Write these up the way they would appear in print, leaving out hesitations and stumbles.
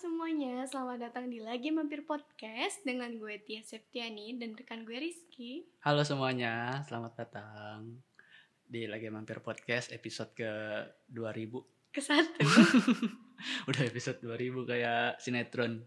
semuanya, selamat datang di Lagi Mampir Podcast dengan gue Tia Septiani dan rekan gue Rizky. Halo semuanya, selamat datang di Lagi Mampir Podcast episode ke-2000. Ke-1. Udah episode 2000 kayak sinetron.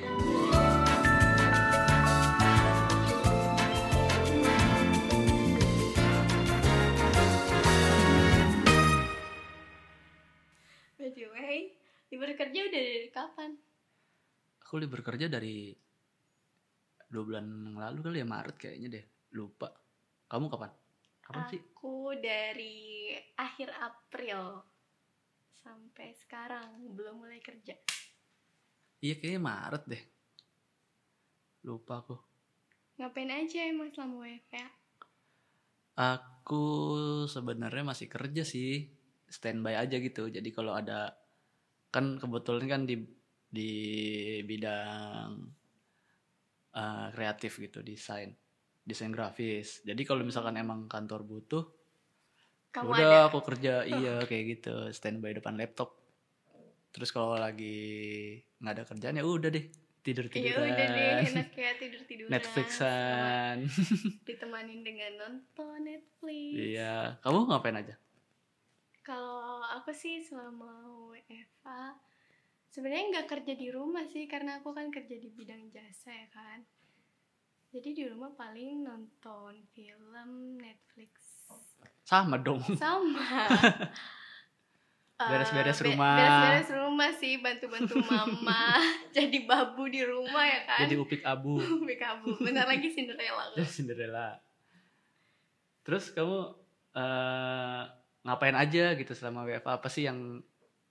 By the way, libur kerja udah dari kapan? Aku libur kerja dari 2 bulan yang lalu kali ya, Maret kayaknya deh. Lupa. Kamu kapan? Kapan sih? Aku dari akhir April sampai sekarang belum mulai kerja. Iya kayaknya Maret deh. Lupa aku. Ngapain aja emang selama WFH? Aku sebenarnya masih kerja sih, standby aja gitu. Jadi kalau ada, kan kebetulan kan di bidang kreatif gitu, desain grafis. Jadi kalau misalkan emang kantor butuh, Kamu udah ada? aku kerja. Iya kayak gitu, standby depan laptop. Terus kalau lagi nggak ada kerjaan ya udah deh, Iya tiduran, udah deh, enak ya tidur-tiduran. Netflixan. Ditemanin dengan nonton Netflix. Iya, kamu ngapain aja? Kalau aku sih selama WFH sebenarnya nggak kerja di rumah sih, karena aku kan kerja di bidang jasa ya kan. Jadi di rumah paling nonton film Netflix. Sama dong. Sama. Beres-beres rumah. Beres-beres rumah sih, bantu-bantu mama. Jadi babu di rumah ya kan. Jadi upik abu. Upik abu. Bentar lagi Cinderella. Jadi Cinderella. Terus kamu ngapain aja gitu selama WFH? Apa sih yang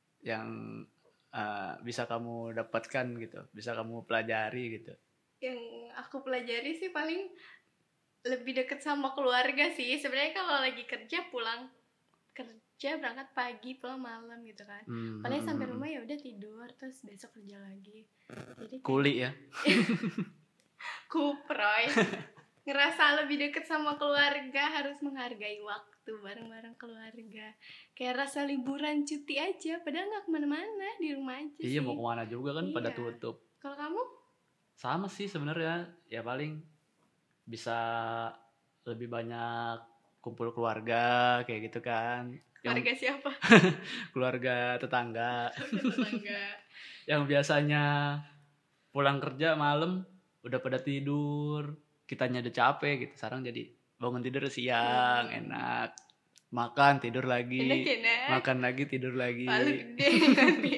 bisa kamu dapatkan gitu, bisa kamu pelajari gitu? Yang aku pelajari sih paling lebih deket sama keluarga sih. Sebenarnya kalau lagi kerja pulang kerja berangkat pagi pulang malam gitu kan. Paling sampai rumah ya udah tidur terus besok kerja lagi. Jadi kuli ya. kuproy. Ngerasa lebih deket sama keluarga, harus menghargai waktu bareng-bareng keluarga. Kayak rasa liburan cuti aja, padahal nggak kemana-mana, di rumah aja sih. Iya, mau kemana juga kan. Iya. Pada tutup. Kalau kamu? Sama sih sebenarnya, ya paling bisa lebih banyak kumpul keluarga kayak gitu kan. Keluarga siapa? Keluarga tetangga. Tetangga. Yang biasanya pulang kerja malam udah pada tidur, kitanya udah capek gitu. Sekarang jadi bangun tidur siang, enak. Makan, tidur lagi. Enak. Makan lagi, tidur lagi. Palu gede nanti.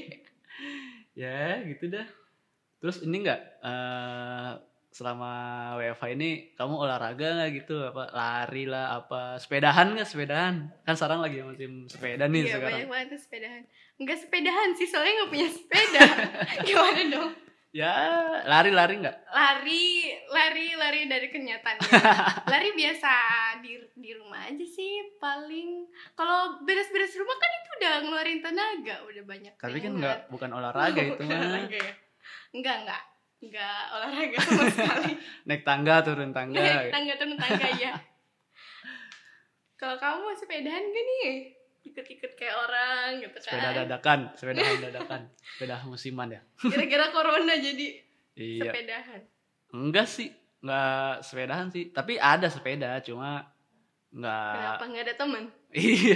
Ya gitu dah. Terus ini enggak, selama WFH ini kamu olahraga nggak gitu? Apa lari lah, apa sepedahan nggak? Sepedahan kan sekarang lagi musim sepeda nih. Iya, sekarang banyak banget tuh sepedahan. Enggak sepedahan sih, soalnya nggak punya sepeda. Gimana dong? ya lari nggak? Lari dari kenyataannya. Lari biasa di rumah aja sih. Paling kalau beres-beres rumah kan itu udah ngeluarin tenaga, udah banyak. Tapi kan bukan olahraga itu mah. Olahraga ya? Enggak olahraga sama sekali. Naik tangga turun tangga. Naik tangga turun tangga ya. Kalau kamu sepedahan gak nih? Ikut-ikut kayak orang gitu kan. Sepedahan dadakan, sepeda musiman ya. Gara-gara corona jadi Iya. sepedahan. Enggak sih, enggak sepedahan sih. Tapi ada sepeda, cuma enggak. Kenapa nggak ada teman? Iya,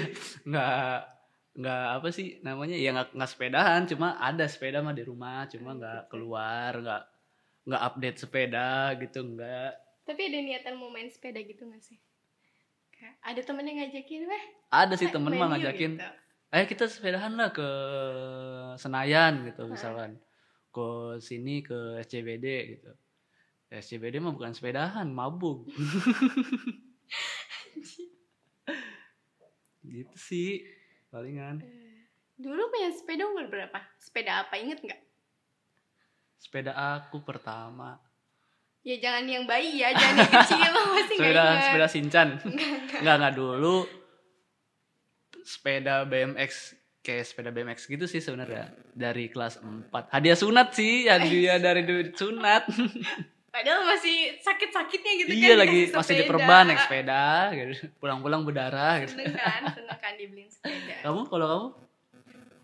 enggak apa sih namanya? Ya enggak sepedahan, cuma ada sepeda mah di rumah, cuma enggak keluar, enggak update sepeda gitu, enggak. Tapi ada niatan mau main sepeda gitu nggak sih? Kayak ada temen yang ngajakin, weh. Ada sih temen mah main yuk ngajakin. gitu. Ayo kita sepedahan lah ke Senayan gitu misalkan. Ke sini ke SCBD gitu. SCBD mah bukan sepedahan, mabuk. Gitu sih palingan. Dulu punya sepeda umur berapa? Sepeda apa, inget nggak? Sepeda aku pertama. Ya jangan yang bayi ya, jangan yang kecil loh, masih nggak inget. Sepeda Shinchan. Enggak dulu. Sepeda BMX, kayak sepeda BMX gitu sih sebenarnya, dari kelas 4. Hadiah sunat sih, hadiah dari duit sunat. Padahal masih sakit-sakitnya gitu kan. Iya, lagi dikasih masih sepeda. diperban naik sepeda gitu. Pulang-pulang berdarah gitu. Seneng kan dibeliin sepeda. Kalau kamu?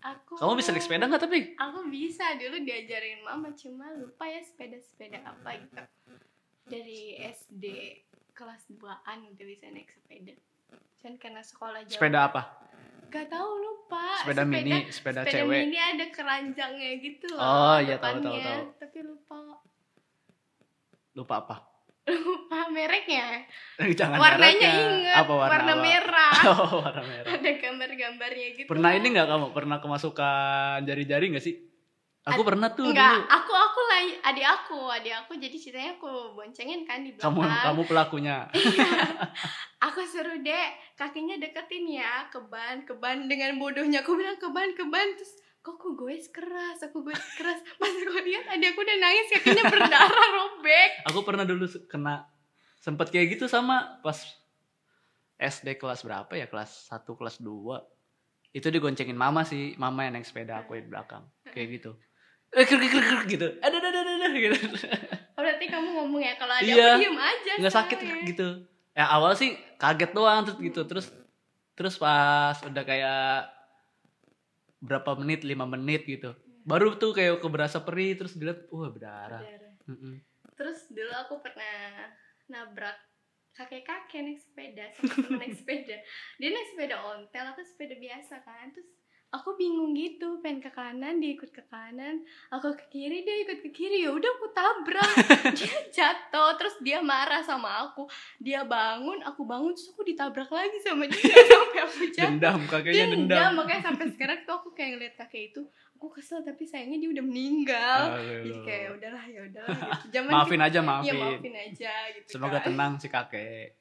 Kamu bisa naik sepeda nggak tapi? Aku bisa, dulu diajarin mama, cuma lupa ya sepeda apa gitu. Dari SD kelas 2an udah bisa naik sepeda. Cuman karena sekolah jauh. Sepeda apa? Gak tahu, lupa. Sepeda mini, sepeda cewek. Sepeda mini ada keranjangnya gitu loh. Oh iya, tahu. Tapi lupa. Lupa apa? Lupa mereknya. Jangan warnanya mereknya. Inget. Apa warna merah. Oh, warna merah. Ada gambar-gambarnya gitu. Pernah ini nggak kamu? Pernah kemasukan jari-jari nggak sih? Aku pernah tuh enggak, dulu. aku lah adik aku jadi ceritanya aku boncengin kan di belakang. Kamu pelakunya. Aku suruh Dek kakinya deketin ya ke ban dengan bodohnya aku bilang ke ban terus kok gue keras pas aku lihat adik aku udah nangis kakinya berdarah robek. Aku pernah dulu kena sempet kayak gitu sama pas SD kelas berapa ya, kelas 1 kelas 2 itu digoncengin mama yang naik sepeda, aku di belakang kayak gitu. Gitu. Ada gitu. Oh, berarti kamu ngomong ya kalau ada iya, aku diem aja. Nggak sakit gitu. Ya awal sih kaget doang gitu. Terus pas udah kayak berapa menit, 5 menit gitu. Baru tuh kayak keberasa perih, terus dilihat berdarah. Terus dulu aku pernah nabrak kakek naik sepeda, sama naik sepeda. Dia naik sepeda ontel, aku sepeda biasa kan. Terus aku bingung gitu, pengen ke kanan, dia ikut ke kanan, aku ke kiri, dia ikut ke kiri. Ya udah aku tabrak. Dia jatuh, terus dia marah sama aku. Dia bangun, aku bangun, terus aku ditabrak lagi sama dia sampai aku jatuh. Kakeknya dendam. Makanya sampai sekarang tuh aku kayak ngeliat kakek itu, aku kesel tapi sayangnya dia udah meninggal. Jadi kayak udahlah gitu. Maafin aja. Ya maafin aja gitu. Semoga tenang si kakek.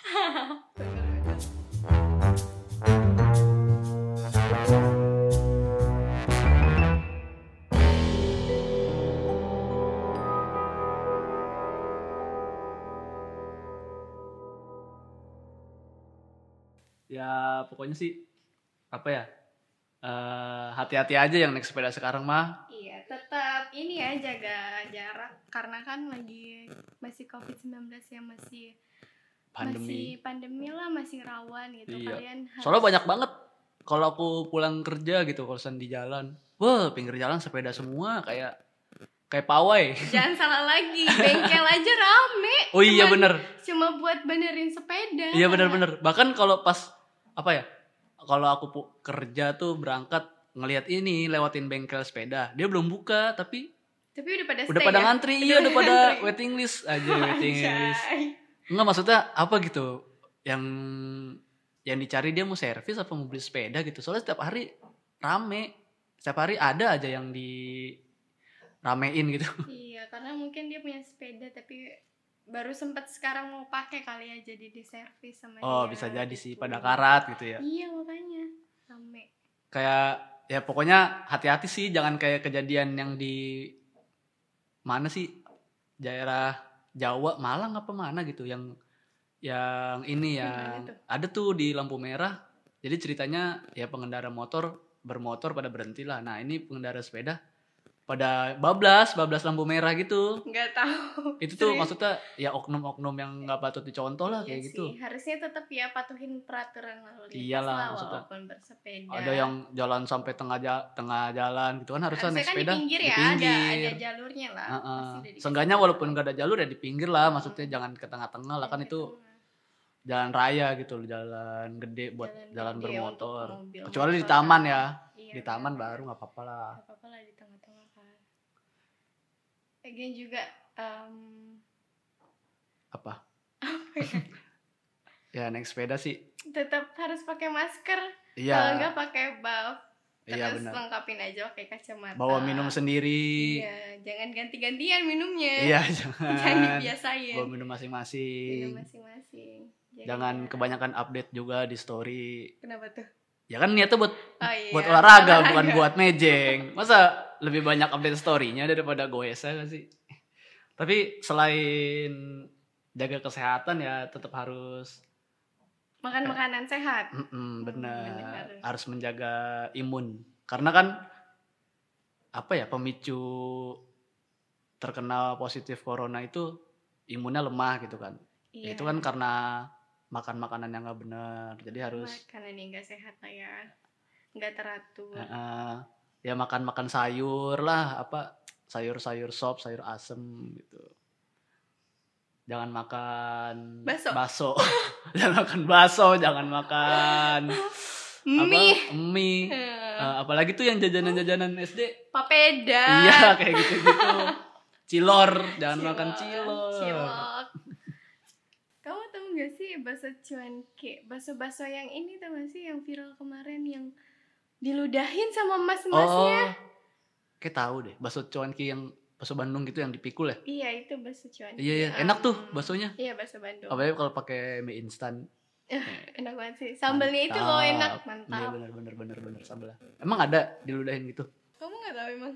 Ya pokoknya sih apa ya, hati-hati aja yang naik sepeda sekarang mah. Iya, tetap ini ya, jaga jarak karena kan masih COVID-19 ya, masih pandemi lah, masih rawan gitu. Iya. Kalian harus... Soalnya banyak banget kalau aku pulang kerja gitu, kalau di jalan, pinggir jalan sepeda semua kayak pawai. Jangan salah lagi, bengkel aja rame. Oh iya bener. Cuma buat benerin sepeda. Iya bener. Bahkan kalau pas apa ya, kalau aku kerja tuh berangkat ngelihat ini lewatin bengkel sepeda, dia belum buka tapi udah pada ngantri. Iya, udah pada waiting list aja. Enggak, maksudnya apa gitu, yang dicari dia mau servis apa mau beli sepeda gitu. Soalnya setiap hari rame, setiap hari ada aja yang ramein gitu. Iya, karena mungkin dia punya sepeda tapi baru sempat sekarang mau pakai kali ya, jadi diservis sama dia. Oh, bisa jadi sih pada karat gitu ya. Iya, makanya rame. Kayak ya pokoknya hati-hati sih, jangan kayak kejadian yang di mana sih, daerah Jawa, Malang apa mana gitu, yang ini yang ada tuh di lampu merah. Jadi ceritanya ya pengendara bermotor pada berhenti lah. Nah, ini pengendara sepeda pada bablas lampu merah gitu. Nggak tahu. Itu tuh maksudnya ya oknum-oknum yang nggak patut dicontoh lah, kayak gitu. Harusnya tetap ya patuhin peraturan lalu lintas. Iyalah, maksudnya walaupun bersepeda. Ada yang jalan sampai tengah jalan gitu kan, harusnya naik sepeda di pinggir ya, ada jalurnya lah. Seenggaknya walaupun nggak ada jalur ya di pinggir lah, maksudnya jangan ke tengah-tengah lah, kan itu jalan raya gitu, jalan gede buat jalan bermotor. Kecuali di taman ya. Di taman baru nggak apa-apa lah. Nggak apa-apa lah di tengah-tengah kan. Lagian juga apa ya naik sepeda sih tetap harus pakai masker. Iya. Kalau nggak pakai buff. Terus lengkapin aja pakai kacamata. Bawa minum sendiri. Iya, jangan ganti-gantian minumnya. Iya, jangan dibiasain. Bawa minum masing-masing. Jangan kebanyakan update juga di story. Kenapa tuh? Ya kan niatnya buat olahraga, bukan buat mejeng. Masa lebih banyak update story-nya daripada goesa gak sih? Tapi selain jaga kesehatan ya tetap harus makan makanan sehat. Benar. Harus menjaga imun. Karena kan apa ya, pemicu terkena positif corona itu imunnya lemah gitu kan. Iya. Itu kan karena makan makanan yang nggak benar. Jadi harus makanan yang nggak sehat lah ya. nggak teratur. Ya makan sayur lah, apa sayur-sayur sop, sayur asem gitu. Jangan makan bakso. Jangan makan bakso, jangan makan mie. Apalagi tuh yang jajanan SD. Papeda. Iya, kayak gitu-gitu. Cilor, jangan makan cilor. Kamu tahu nggak sih bakso cuanki? Bakso yang ini tahu nggak sih yang viral kemarin yang diludahin sama mas-masnya? Kayak tahu deh, bakso cuanki yang bakso Bandung gitu yang dipikul ya? Iya, itu bakso cuanki. Iya, enak tuh baksonya. Iya, bakso Bandung. Apalagi kalau pakai mie instan. Enak banget sih. Sambelnya itu loh enak, mantap. Iya, bener sambelnya. Emang ada diludahin gitu? Kamu nggak tahu emang?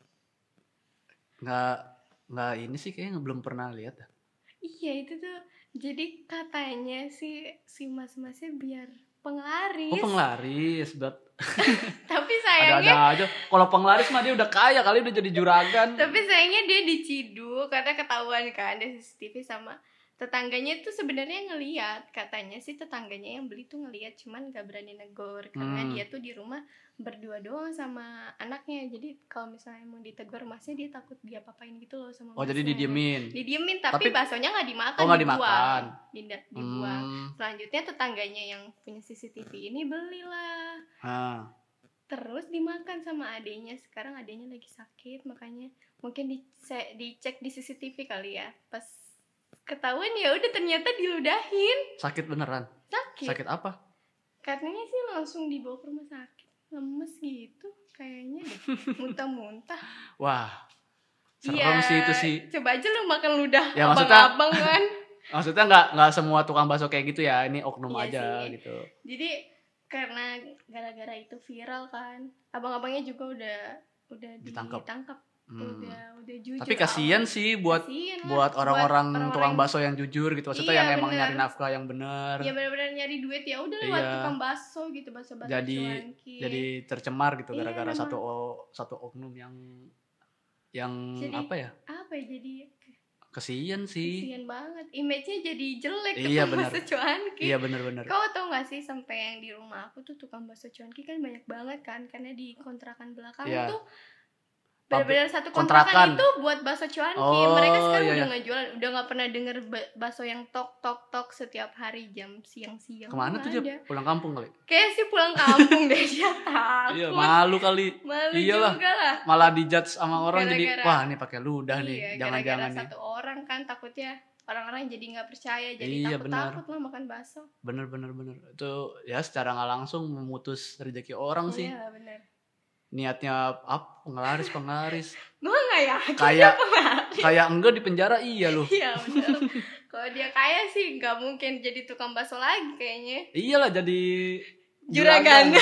Nggak ini sih kayaknya belum pernah lihat. Iya, itu tuh. Jadi katanya si mas-masnya biar penglaris. Penglaris, tapi sayangnya ada aja. Kalau penglaris mah dia udah kaya kali, udah jadi juragan. Tapi sayangnya dia diciduk karena ketahuan kan ada CCTV sama tetangganya tuh sebenarnya ngelihat, katanya sih tetangganya yang beli tuh ngelihat cuman gak berani negor karena dia tuh di rumah berdua doang sama anaknya. Jadi kalau misalnya emang ditegur masnya dia takut dia apain gitu loh sama masnya. Jadi didiemin tapi baksonya nggak dimakan, dibuang. Dibuang. Selanjutnya tetangganya yang punya CCTV ini belilah. Terus dimakan sama adenya. Sekarang adenya lagi sakit, makanya mungkin dicek di CCTV kali ya. Pas ketahuan ya udah ternyata diludahin. Sakit beneran? Sakit apa? Katanya sih langsung dibawa ke rumah sakit. Lemes gitu kayaknya deh. Muntah-muntah. Wah, serem sih itu sih. Coba aja lu makan ludah ya, abang-abang kan. Maksudnya nggak semua tukang bakso kayak gitu ya. Ini oknum aja sih. Gitu. Jadi karena gara-gara itu viral kan, abang-abangnya juga udah ditangkap. Udah jujur. Tapi kasihan sih buat orang-orang tukang bakso yang jujur gitu. Maksudnya yang emang nyari nafkah yang bener. Iya, benar-benar nyari duit ya udah lewat tukang bakso gitu, bakso cuanki. Jadi tercemar gitu gara-gara satu oknum yang jadi, apa ya? Jadi kasihan sih. Kasihan banget. Image-nya jadi jelek tukang bakso cuanki. Iya, benar. Kau tau gak sih sampai yang di rumah aku tuh tukang bakso cuanki kan banyak banget kan, karena di kontrakan belakang tuh benar-benar satu kontrakan itu buat bakso cuanki. Mereka sekarang udah nggak jualan, udah nggak pernah denger bakso yang tok setiap hari jam siang-siang. Kemana tuh dia? Pulang kampung kali? Kayak sih pulang kampung deh, dia takut. Iya, malu kali. Iyalah. Juga lah. Malah dijudge sama orang jadi wah ini pakai ludah nih, jangan-jangan nih. Satu orang kan takutnya orang-orang jadi nggak percaya, jadi takut lah makan bakso. Bener. Itu ya secara nggak langsung memutus rezeki orang sih. Iya, bener. Niatnya penglaris. Gue nggak yakin kayak enggak di penjara loh. Iya, benar. Kalau dia kaya sih nggak mungkin jadi tukang bakso lagi kayaknya. Iyalah, jadi juragan.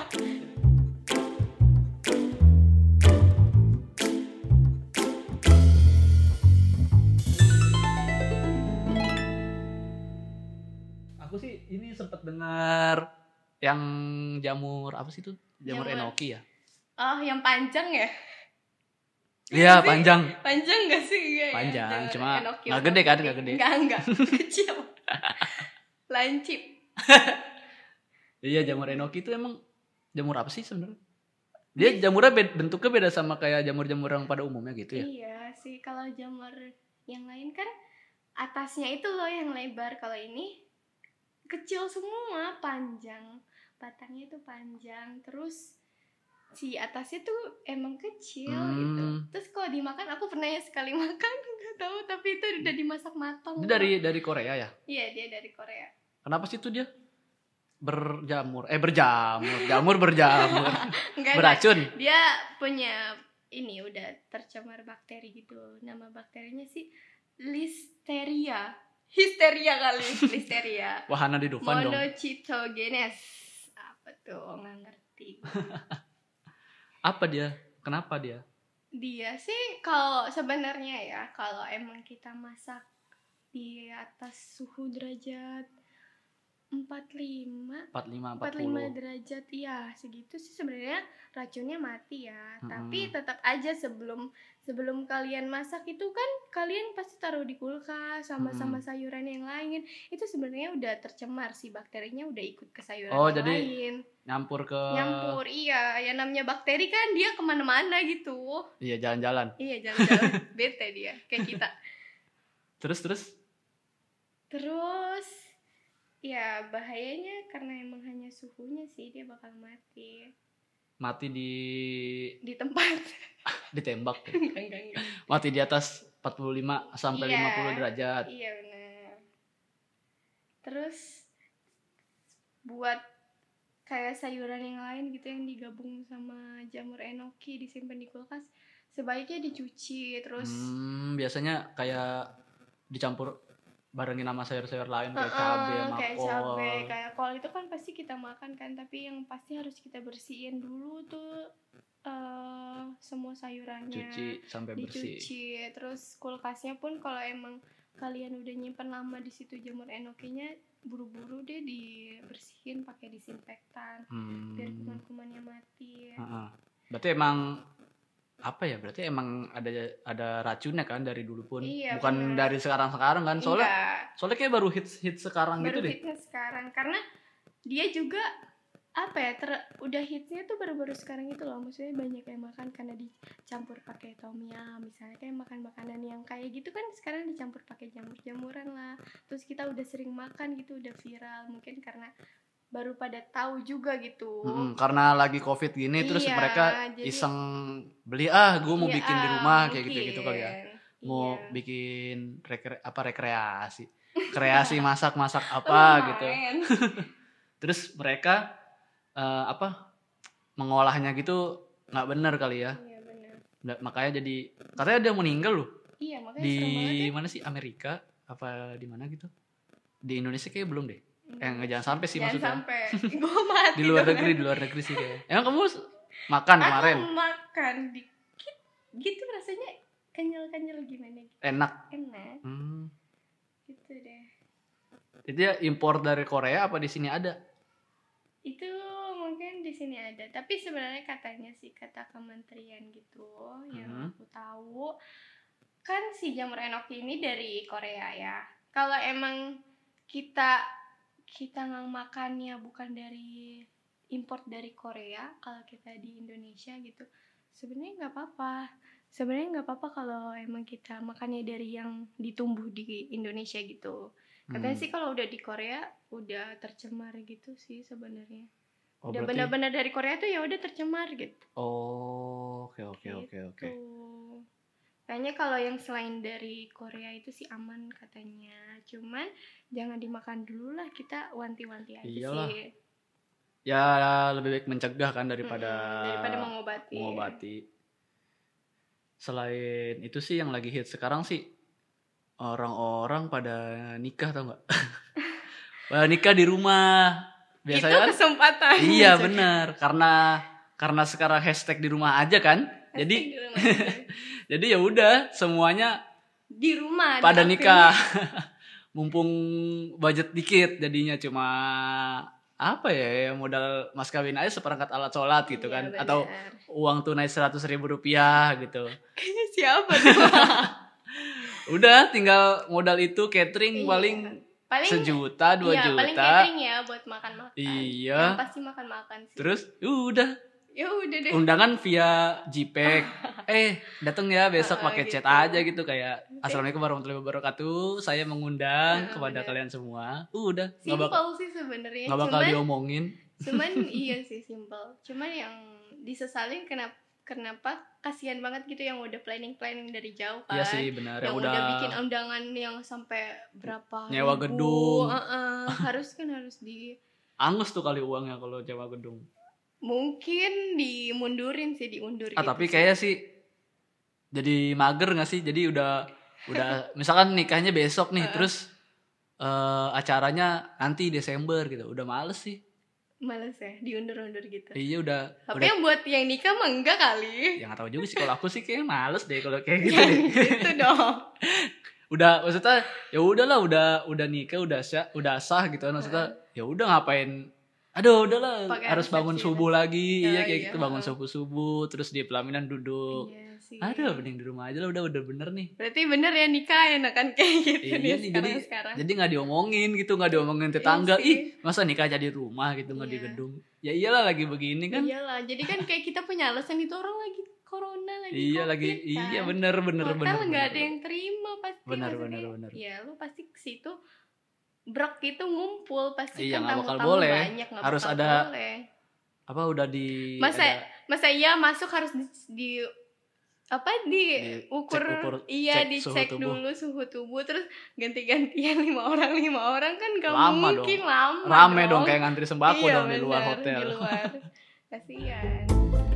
Aku sih ini sempat dengar yang jamur apa sih itu? Jamur enoki ya? Oh, yang panjang ya? Iya, panjang. Panjang gak sih? Iya, panjang, cuma gak gede kan? Gak gede. Enggak. Kecil. Lancip. Iya, jamur enoki itu emang jamur apa sih sebenarnya? Dia jamurnya bentuknya beda sama kayak jamur-jamur yang pada umumnya gitu ya? Iya sih, kalau jamur yang lain kan atasnya itu loh yang lebar. Kalau ini kecil semua, panjang. Batangnya itu panjang, terus si atasnya tuh emang kecil gitu. Terus kalau dimakan, aku pernah sekali makan, nggak tahu, tapi itu udah dimasak matang. Dia dari Korea ya? Iya, dia dari Korea. Kenapa sih itu dia berjamur? Jamur berjamur. Beracun. Dia punya ini udah tercemar bakteri gitu. Nama bakterinya sih Listeria. Histeria kali, Listeria. Wahana di Dufan dong. Monocytogenes. Apa tuh? Nggak ngerti. Apa dia? Kenapa dia? Dia sih kalau sebenarnya ya, kalau emang kita masak di atas suhu derajat 45 45 45 derajat, iya segitu sih sebenarnya racunnya mati ya. Tapi tetap aja sebelum kalian masak itu kan kalian pasti taruh di kulkas sama sayuran yang lain. Itu sebenarnya udah tercemar sih, bakterinya udah ikut ke sayuran yang jadi lain. Nyampur, iya. Ya namanya bakteri kan dia kemana-mana gitu. Iya, jalan-jalan. Iya, jalan-jalan. Bete dia kayak kita. Terus ya bahayanya karena emang hanya suhunya sih dia bakal mati di tempat. Ditembak. Enggak. Mati di atas 45 sampai 50 derajat. Iya benar. Terus buat kayak sayuran yang lain gitu yang digabung sama jamur enoki disimpan di kulkas, sebaiknya dicuci terus. Biasanya kayak dicampur barengin sama sayur-sayur lain kayak cabai sama kol. Kayak kol itu kan pasti kita makan kan, tapi yang pasti harus kita bersihin dulu tuh semua sayurannya. Dicuci sampai bersih. Terus kulkasnya pun kalau emang kalian udah nyimpen lama di situ jamur enokinya, buru-buru deh dibersihin pakai disinfektan biar kuman-kumannya mati. Berarti emang berarti emang ada racunnya kan dari dulu pun, bukan dari sekarang kan, soalnya kayak baru hits sekarang gitu deh. Baru hits sekarang karena dia juga udah hitsnya tuh baru-baru sekarang itu loh, maksudnya banyak yang makan karena dicampur pakai tom yum, misalnya kayak makan makanan yang kayak gitu kan sekarang dicampur pakai jamur-jamuran lah, terus kita udah sering makan gitu, udah viral mungkin karena baru pada tahu juga gitu. Karena lagi covid gini terus mereka iseng beli gue mau bikin di rumah kayak gitu kali ya. Mau bikin rekreasi masak gitu. Terus mereka mengolahnya gitu nggak benar kali ya. Iya benar. Makanya jadi katanya dia meninggal loh. Iya, makanya di mana sih, Amerika apa di mana gitu. Di Indonesia kayak belum deh. Jangan sampai sih maksudnya. Jangan sampai. Gue mati. Di luar negeri sih kayak. Emang kamu makan kemarin? Aku makan dikit gitu rasanya kenyal gimana gitu. Enak. Gitu deh. Itu ya impor dari Korea apa di sini ada? Itu mungkin di sini ada, tapi sebenarnya katanya sih kata kementerian gitu yang aku tahu kan si jamur enoki ini dari Korea ya. Kalau emang kita nggak makannya bukan dari import dari Korea, kalau kita di Indonesia gitu sebenarnya nggak apa-apa kalau emang kita makannya dari yang ditumbuh di Indonesia gitu. Katanya sih kalau udah di Korea udah tercemar gitu sih sebenarnya. Udah berarti benar-benar dari Korea tuh ya udah tercemar gitu. Oke. Kayaknya kalau yang selain dari Korea itu sih aman katanya. Cuman jangan dimakan dulu lah, kita wanti-wanti aja. Iyalah. Sih. Ya lebih baik mencegah kan daripada mengobati. Selain itu sih yang lagi hit sekarang sih orang-orang pada nikah, tau nggak? Pada nikah di rumah. Biasanya itu kesempatan. Iya benar, karena sekarang hashtag di rumah aja kan. Jadi ya udah semuanya di rumah pada nikah. Mumpung budget dikit jadinya cuma modal mas kawin aja seperangkat alat sholat gitu kan. Bener. Atau uang tunai 100.000 rupiah gitu. Kayaknya siapa tuh? Udah tinggal modal itu catering paling 1 juta 2 juta. Paling catering ya buat makan-makan. Iya. Yang pasti makan-makan sih. Terus udah deh. Undangan via JPEG. Datang ya besok pakai chat aja gitu kayak Assalamualaikum warahmatullahi wabarakatuh. Saya mengundang kepada kalian semua. Udah. Simple sih sebenarnya. Nggak bakal diomongin. Cuman iya sih simple. Cuman yang disesalin kenapa kasihan banget gitu yang udah planning dari jauh kan. Iya sih benar. Yang udah bikin undangan yang sampai berapa nyewa gedung. Harus di angus tuh kali uangnya kalau nyewa gedung. Mungkin diundur gitu. Tapi kayaknya sih jadi mager nggak sih? Jadi udah misalkan nikahnya besok nih, terus acaranya nanti Desember gitu. Udah males sih. Males ya, diundur-undur gitu. Iya udah. Tapi yang buat yang nikah mah enggak kali. Ya nggak tahu juga sih, kalau aku sih kayaknya males deh kalau kayak gitu. Gitu dong. Udah maksudnya ya udahlah, udah nikah udah sah gitu kan, maksudnya ya udah ngapain, aduh udahlah Pakai harus bangun resepsi subuh lagi. Iya kayak iya. gitu, bangun subuh terus di pelaminan duduk. Iya sih. Aduh mending di rumah aja lah, udah bener nih. Berarti bener ya nikah enakan kayak gitu Iya nih nih, sekarang. jadi nggak diomongin gitu, nggak diomongin tetangga. Iya sih. Ih masa nikah jadi rumah gitu, nggak di Iya. gedung. Ya iyalah lagi begini kan. Iyalah, jadi kan kayak kita punya alasan itu orang lagi corona lagi Iya COVID, lagi, kan. iya bener. Hotel nggak ada yang terima pasti. Bener, maksudnya, bener. Ya lu pasti ke situ brok itu ngumpul pasti Iya, kan nggak bakal tamu-tamu boleh. banyak, nggak Harus bakal ada boleh. apa udah di Masa iya masuk harus di ukur, iya cek dicek suhu tubuh. dulu suhu tubuh, terus ganti-gantian 5 orang kan gak Lama mungkin dong. lama Rame dong kayak ngantri sembako Iya, dong di luar bener, hotel. di luar. Kasian.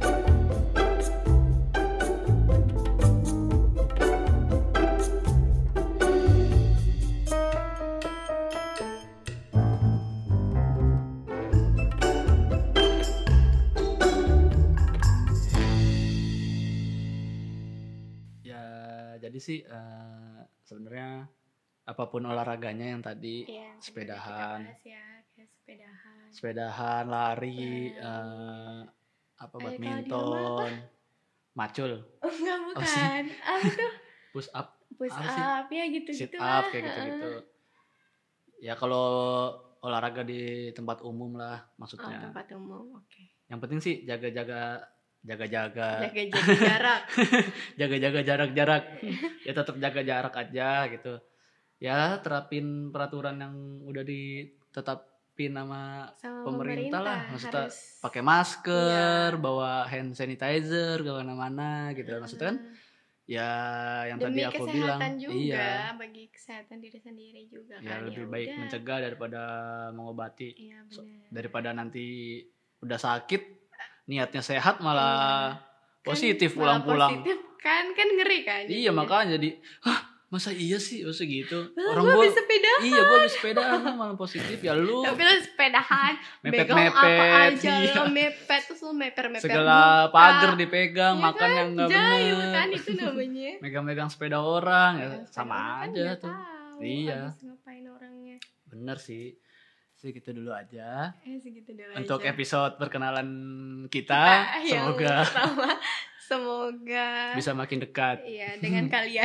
Ya jadi sih sebenarnya apapun olahraganya yang tadi, Iya, sepedahan, kita bahas ya, kayak sepedahan. sepedahan, lari, apa Kalau di badminton, macul, Enggak, Apa sih? bukan. Apa tuh? push up, Push Apa sih? up ya gitu-gitu sit lah. up kayak gitu-gitu. Ya kalau olahraga di tempat umum lah Oh, maksudnya. tempat umum, oke. Yang penting sih jaga-jaga Jaga-jaga jarak. jaga-jaga jarak-jarak. Ya tetap jaga jarak aja gitu. Ya terapin peraturan yang udah ditetapin sama Sama pemerintah lah. Maksudnya harus pakai masker, bawa hand sanitizer ke mana-mana gitu. Maksudnya kan ya yang demi tadi aku bilang, kesehatan juga, iya. bagi kesehatan diri sendiri juga Ya kan. lebih baik udah. mencegah daripada mengobati. Iya benar. Daripada nanti udah sakit, niatnya sehat malah positif Malah pulang-pulang. positif kan ngeri kan. Iya jadinya. makanya jadi, masa iya sih, masa gitu. Lah, gua bisa sepeda. Iya gue bisa sepedaan malah positif ya lu. Tapi lu sepedahan, begal Mepet-mepet, apa aja, iya. lo mepet terus lo meper-meper Segala buka. pagar dipegang, Iya makan yang nggak Jahil bener. kan itu namanya. Megang-megang sepeda orang ya Megang sama sepeda kan aja nggak tuh. tahu Iya. habis ngapain orangnya. Bener sih. Segitu dulu aja Segitu dulu untuk aja. episode perkenalan kita. Yang Semoga pertama, semoga bisa makin dekat. iya dengan kalian.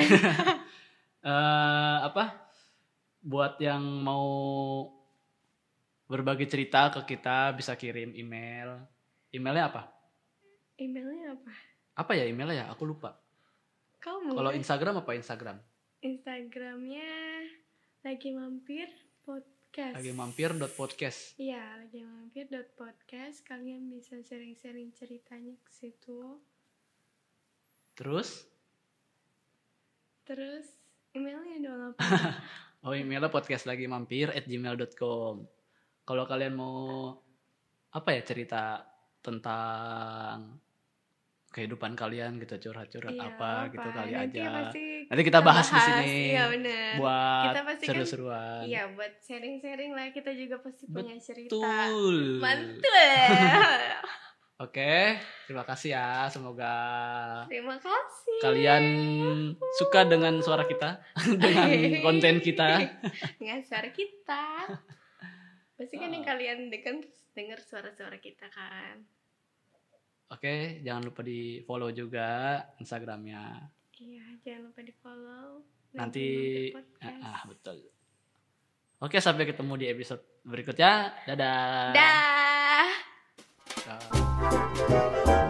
Buat yang mau berbagi cerita ke kita bisa kirim email. Emailnya apa? Emailnya apa? Apa ya emailnya ya? Aku lupa. Kamu? Kalau Instagram apa Instagram? Instagramnya lagi mampir podcast. Lagi mampir.podcast. Iya, lagi mampir.podcast. Kalian bisa sharing-sharing ceritanya ke situ. Terus emailnya dong apa? oh emailnya podcast lagi mampir@gmail.com. Kalau kalian mau apa ya cerita tentang kehidupan kalian gitu, curhat-curhat Iya, apa gitu kali nanti aja. pasti Nanti kita bahas di sini. Iya benar. Buat Kita pasti kan- seru-seruan. Iya, buat sharing-sharing lah. Kita juga pasti punya cerita. Betul. Mantul. Oke, terima kasih ya. Semoga Terima kasih. kalian suka dengan suara kita, dengan konten kita. Dengan suara kita. Pasti kan yang kalian dengar suara-suara kita kan. Oke, jangan lupa di follow juga Instagramnya. Iya, jangan lupa di follow. Nanti, Podcast. betul. Oke, sampai ketemu di episode berikutnya. Dadah. Dah. Dah.